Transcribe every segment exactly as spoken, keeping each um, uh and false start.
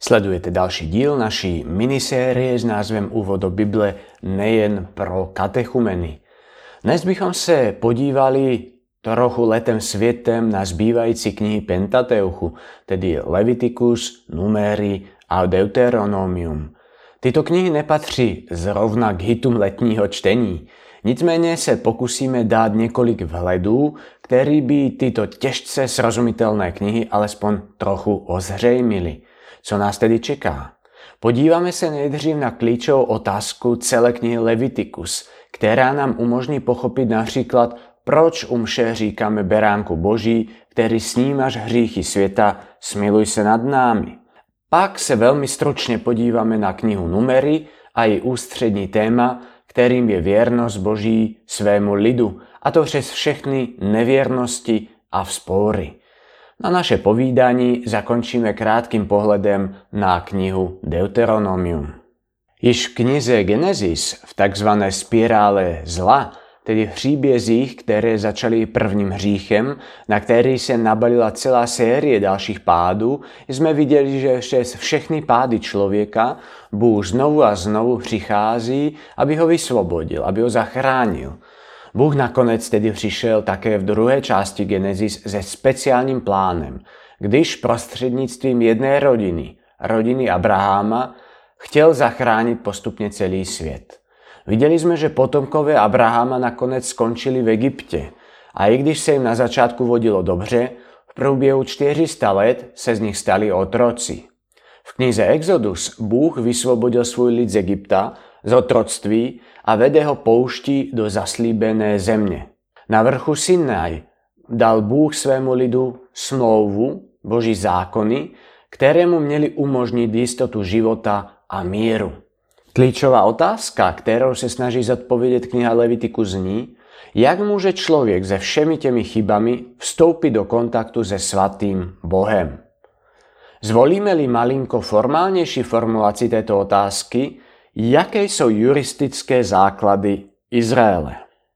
Sledujete další díl naší minisérie s názvem Úvod do Bible nejen pro katechumeny. Dnes bychom se podívali trochu letem světem na zbývající knihy Pentateuchu, tedy Leviticus, Numery a Deuteronomium. Tyto knihy nepatří zrovna k hitům letního čtení, nicméně se pokusíme dát několik vhledů, který by tyto těžce srozumitelné knihy alespoň trochu ozřejmily. Co nás tedy čeká? Podíváme se nejdřív na klíčovou otázku celé knihy Leviticus, která nám umožní pochopit například, proč u mše říkáme beránku Boží, který snímáš hříchy světa, smiluj se nad námi. Pak se velmi stručně podíváme na knihu Numery a její ústřední téma, kterým je věrnost Boží svému lidu, a to přes všechny nevěrnosti a vzpory. Na naše povídání zakončíme krátkým pohledem na knihu Deuteronomium. Již v knize Genesis v takzvané spirále zla, tedy v příbězích, které začaly prvním hříchem, na který se nabalila celá série dalších pádů, jsme viděli, že přes všechny pády člověka Bůh znovu a znovu přichází, aby ho vysvobodil, aby ho zachránil. Bůh nakonec tedy přišel také v druhé části Genesis se speciálním plánem, když prostřednictvím jedné rodiny, rodiny Abraháma, chtěl zachránit postupně celý svět. Viděli jsme, že potomkové Abraháma nakonec skončili v Egyptě a i když se jim na začátku vodilo dobře, v průběhu čtyři sta let se z nich stali otroci. V knize Exodus Bůh vysvobodil svůj lid z Egypta, z otroctví a vede ho pouští do zaslíbené země. Na vrchu Sinaj dal Bůh svému lidu smlouvu, Boží zákony, které mu měly umožnit jistotu života a míru. Klíčová otázka, kterou se snaží zodpovědět kniha Leviticus, zní, jak může člověk se všemi těmi chybami vstoupit do kontaktu se svatým Bohem. Zvolíme-li malinko formálnější formulaci této otázky, jaké jsou juristické základy Izraele?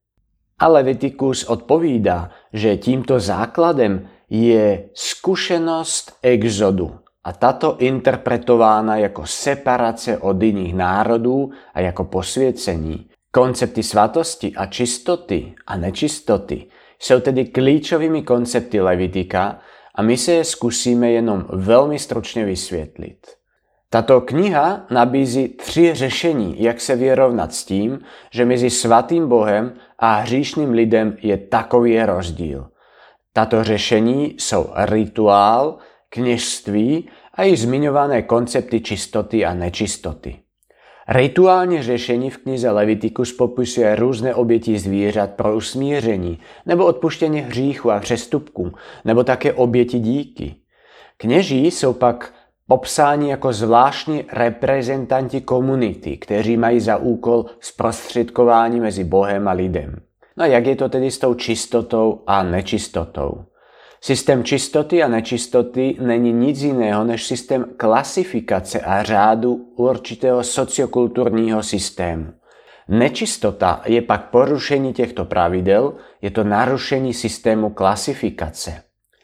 A Leviticus odpovídá, že tímto základem je zkušenost exodu a tato interpretována jako separace od jiných národů a jako posvěcení. Koncepty svatosti a čistoty a nečistoty jsou tedy klíčovými koncepty Levitika a my se je zkusíme jenom velmi stručně vysvětlit. Tato kniha nabízí tři řešení, jak se vyrovnat s tím, že mezi svatým Bohem a hříšným lidem je takový rozdíl. Tato řešení jsou rituál, kněžství a i zmiňované koncepty čistoty a nečistoty. Rituální řešení v knize Leviticus popisuje různé oběti zvířat pro usmíření nebo odpuštění hříchu a přestupků, nebo také oběti díky. Kněží jsou pak popsáni jako zvláštní reprezentanti komunity, kteří mají za úkol zprostředkování mezi Bohem a lidem. No a jak je to tedy s tou čistotou a nečistotou? Systém čistoty a nečistoty není nic jiného než systém klasifikace a řádu určitého sociokulturního systému. Nečistota je pak porušení těchto pravidel, je to narušení systému klasifikace.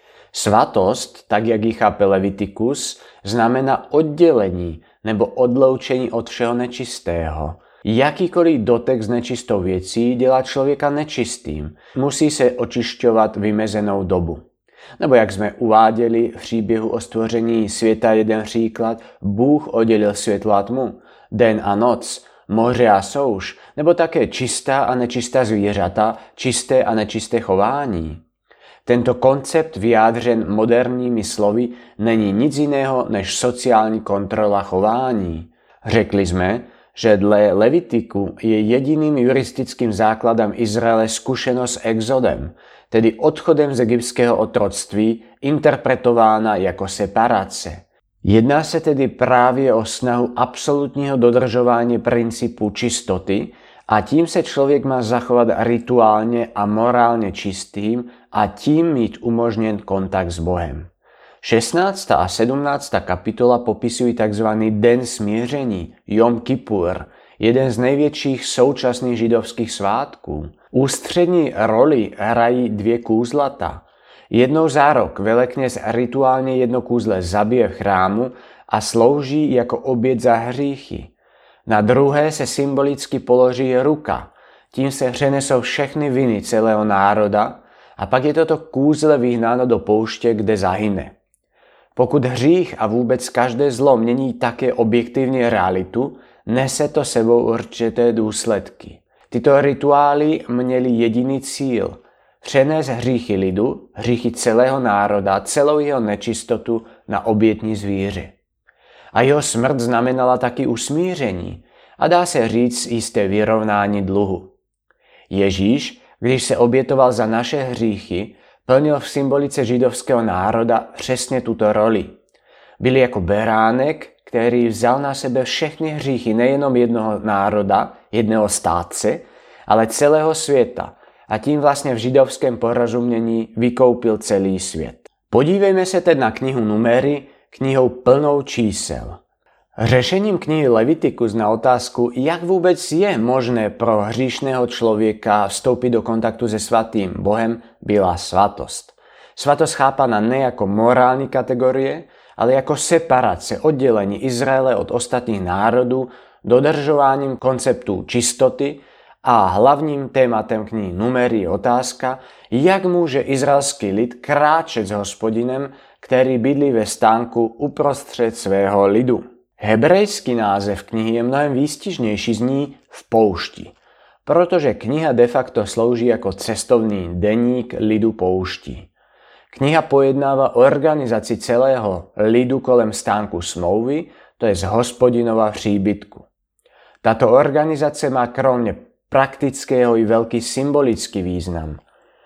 Svatost, tak jak ji chápe Leviticus, znamená oddělení nebo odloučení od všeho nečistého. Jakýkoliv dotek s nečistou věcí dělá člověka nečistým. Musí se očišťovat vymezenou dobu. Nebo jak jsme uváděli v příběhu o stvoření světa jeden příklad, Bůh oddělil světlo a tmu, den a noc, moře a souš, nebo také čistá a nečistá zvířata, čisté a nečisté chování. Tento koncept vyjádřen moderními slovy není nic jiného než sociální kontrola chování. Řekli jsme, že dle Levitiku je jediným juristickým základem Izraele zkušenost s exodem, tedy odchodem z egyptského otroctví, interpretována jako separace. Jedná se tedy právě o snahu absolutního dodržování principu čistoty a tím se člověk má zachovat rituálně a morálně čistým a tím mít umožněn kontakt s Bohem. šestnáctá a sedmnáctá kapitola popisují tzv. Den smíření, Jom Kippur, jeden z největších současných židovských svátků. Ústřední roli hrají dvě kůzlata. Jednou za rok velekněz rituálně jedno kůzle zabije v chrámu a slouží jako oběť za hříchy. Na druhé se symbolicky položí ruka, tím se přenesou všechny viny celého národa a pak je toto kůzle vyhnáno do pouště, kde zahyne. Pokud hřích a vůbec každé zlo mění také objektivně realitu, nese to sebou určité důsledky. Tyto rituály měly jediný cíl – přenést hříchy lidu, hříchy celého národa, celou jeho nečistotu na obětní zvíře. A jeho smrt znamenala taky usmíření a dá se říct jisté vyrovnání dluhu. Ježíš, když se obětoval za naše hříchy, plnil v symbolice židovského národa přesně tuto roli. Byl jako beránek, který vzal na sebe všechny hříchy nejenom jednoho národa, jedného státce, ale celého světa a tím vlastně v židovském porozumění vykoupil celý svět. Podívejme se teď na knihu Numery, knihou plnou čísel. Řešením knihy Levitikus na otázku, jak vůbec je možné pro hříšného člověka vstoupit do kontaktu se svatým Bohem, byla svatost. Svatost chápaná ne jako morální kategorie, ale jako separace, oddělení Izraele od ostatních národů, dodržováním konceptu čistoty a hlavním tématem knihy Numery je otázka, jak může izraelský lid kráčet s Hospodinem, který bydlí ve stánku uprostřed svého lidu. Hebrejský název knihy je mnohem výstižnější, zní v poušti, protože kniha de facto slouží jako cestovní deník lidu pouští. Kniha pojednává o organizaci celého lidu kolem stánku smlouvy, to je z Hospodinova příbytku. Tato organizace má kromě praktického i velký symbolický význam.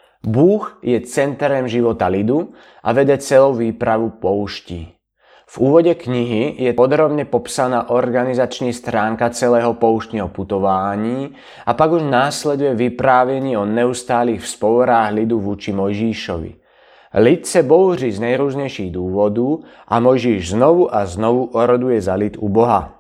Bůh je centrem života lidu a vede celou výpravu pouští. V úvodě knihy je podrobně popsána organizační stránka celého pouštního putování a pak už následuje vyprávění o neustálých vzpourách lidu vůči Mojžíšovi. Lid se bouří z nejrůznějších důvodů a Mojžíš znovu a znovu oroduje za lid u Boha.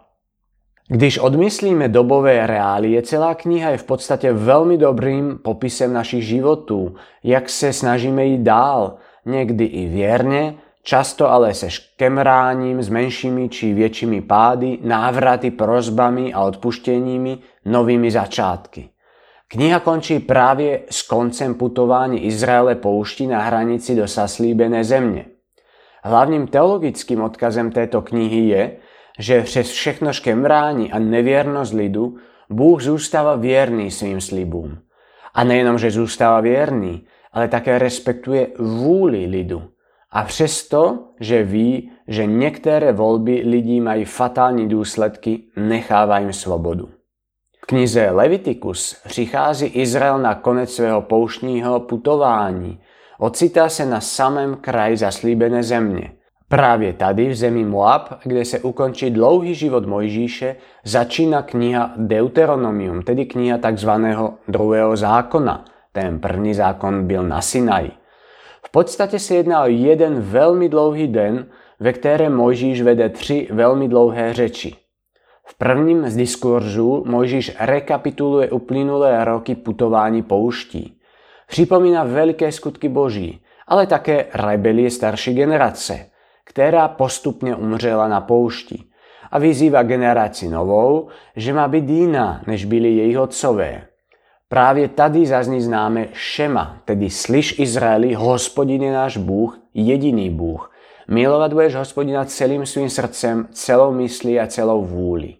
Když odmyslíme dobové reálie, celá kniha je v podstatě velmi dobrým popisem našich životů, jak se snažíme jít dál, někdy i věrně, často ale se škemráním, s menšími či většími pády, návraty, prosbami a odpuštěními, novými začátky. Kniha končí právě s koncem putování Izraele pouští na hranici do zaslíbené země. Hlavním teologickým odkazem této knihy je, že přes všechno škemrání a nevěrnost lidu Bůh zůstává věrný svým slibům. A nejenom, že zůstává věrný, ale také respektuje vůli lidu. A přesto, že ví, že některé volby lidí mají fatální důsledky, nechává jim svobodu. V knize Levitikus přichází Izrael na konec svého pouštního putování. Ocitá se na samém kraji zaslíbené země. Právě tady v zemi Moab, kde se ukončí dlouhý život Mojžíše, začíná kniha Deuteronomium, tedy kniha takzvaného druhého zákona. Ten první zákon byl na Sinaji. V podstatě se jedná o jeden velmi dlouhý den, ve kterém Mojžíš vede tři velmi dlouhé řeči. V prvním z diskurzů Mojžíš rekapituluje uplynulé roky putování pouští. Připomíná veliké skutky Boží, ale také rebelie starší generace, která postupně umřela na poušti, a vyzývá generaci novou, že má být jiná, než byli jejich otcové. Právě tady zazní známe šema, tedy slyš Izraeli, Hospodin je náš Bůh, jediný Bůh. Milovat budeš Hospodina celým svým srdcem, celou myslí a celou vůli.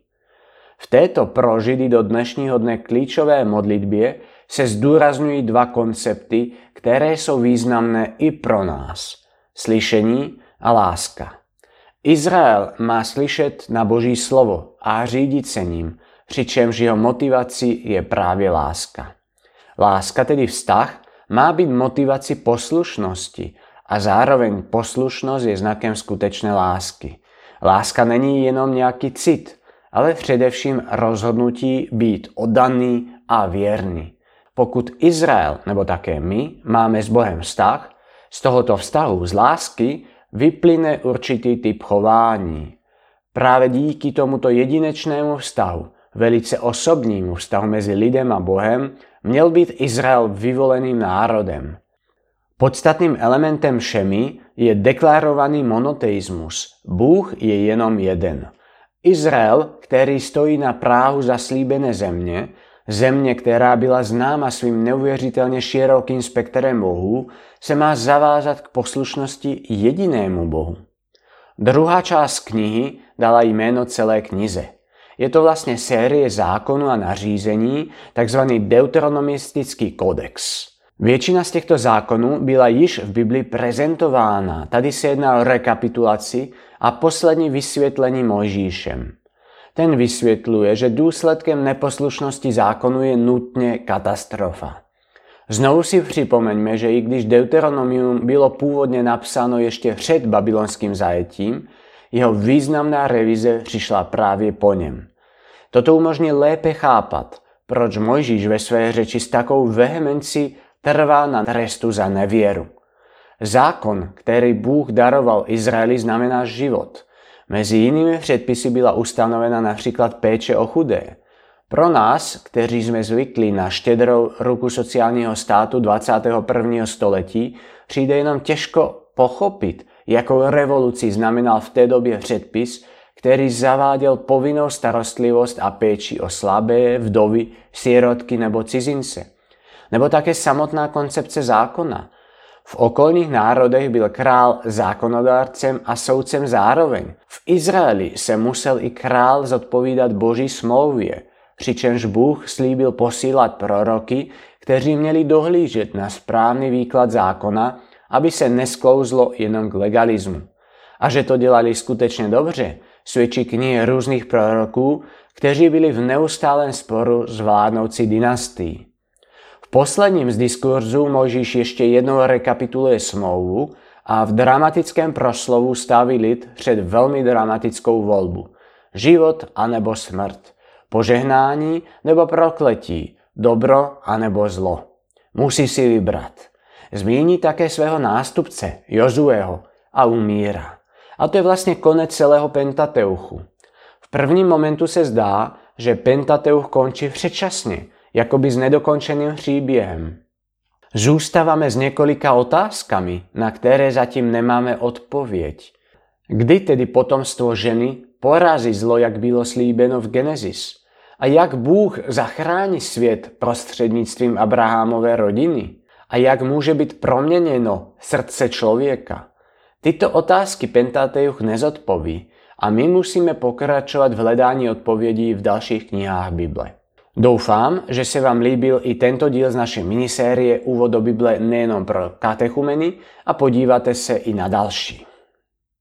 V této pro Židy do dnešního dne klíčové modlitbě se zdůrazňují dva koncepty, které jsou významné i pro nás. Slyšení a láska. Izrael má slyšet na Boží slovo a řídit se ním, přičemž jeho motivací je právě láska. Láska, tedy vztah, má být motivací poslušnosti a zároveň poslušnost je znakem skutečné lásky. Láska není jenom nějaký cit, ale především rozhodnutí být oddaný a věrný. Pokud Izrael, nebo také my, máme s Bohem vztah, z tohoto vztahu z lásky vyplyne určitý typ chování. Právě díky tomuto jedinečnému vztahu, velice osobnímu vztahu mezi lidem a Bohem, měl být Izrael vyvoleným národem. Podstatným elementem všemi je deklarovaný monoteizmus. Bůh je jenom jeden. Izrael, který stojí na práhu zaslíbené země, země, která byla známa svým neuvěřitelně širokým spektrem bohů, se má zavázat k poslušnosti jedinému Bohu. Druhá část knihy dala jméno celé knize. Je to vlastně série zákonů a nařízení, takzvaný deuteronomistický kodex. Většina z těchto zákonů byla již v Biblii prezentována. Tady se jedná o rekapitulaci a poslední vysvětlení Mojžíšem. Ten vysvětluje, že důsledkem neposlušnosti zákonu je nutně katastrofa. Znovu si připomeňme, že i když Deuteronomium bylo původně napsáno ještě před babylonským zajetím, jeho významná revize přišla právě po něm. Toto umožní lépe chápat, proč Mojžíš ve své řeči s takovou vehemencí trvá na trestu za nevěru. Zákon, který Bůh daroval Izraeli, znamená život. Mezi jinými předpisy byla ustanovena například péče o chudé. Pro nás, kteří jsme zvyklí na štědrou ruku sociálního státu dvacátého prvního století, přijde jenom těžko pochopit, jakou revoluci znamenal v té době předpis, který zaváděl povinnou starostlivost a péči o slabé, vdovy, sirotky nebo cizince. Nebo také samotná koncepce zákona. V okolních národech byl král zákonodárcem a soudcem zároveň. V Izraeli se musel i král zodpovídat Boží smlouvě, přičemž Bůh slíbil posílat proroky, kteří měli dohlížet na správný výklad zákona, aby se nesklouzlo jenom k legalismu. A že to dělali skutečně dobře, svědčí knihy různých proroků, kteří byli v neustálém sporu s vládnoucí dynastií. V posledním z diskurzů Mojžíš ještě jednou rekapituluje smlouvu a v dramatickém proslovu staví lid před velmi dramatickou volbu. Život anebo smrt, požehnání nebo prokletí, dobro anebo zlo. Musí si vybrat. Zmíní také svého nástupce, Jozueho, a umírá. A to je vlastně konec celého Pentateuchu. V prvním momentu se zdá, že Pentateuch končí předčasně, jakoby s nedokončeným příběhem. Zůstáváme s několika otázkami, na které zatím nemáme odpověď. Kdy tedy potomstvo ženy porazí zlo, jak bylo slíbeno v Genesis? A jak Bůh zachrání svět prostřednictvím Abrahamové rodiny? A jak může být proměněno srdce člověka? Tyto otázky Pentateuch nezodpoví a my musíme pokračovat v hledání odpovědí v dalších knihách Bible. Doufám, že se vám líbil i tento díl z naší minisérie Úvod do Bible nejenom pro katechumeny a podíváte se i na další.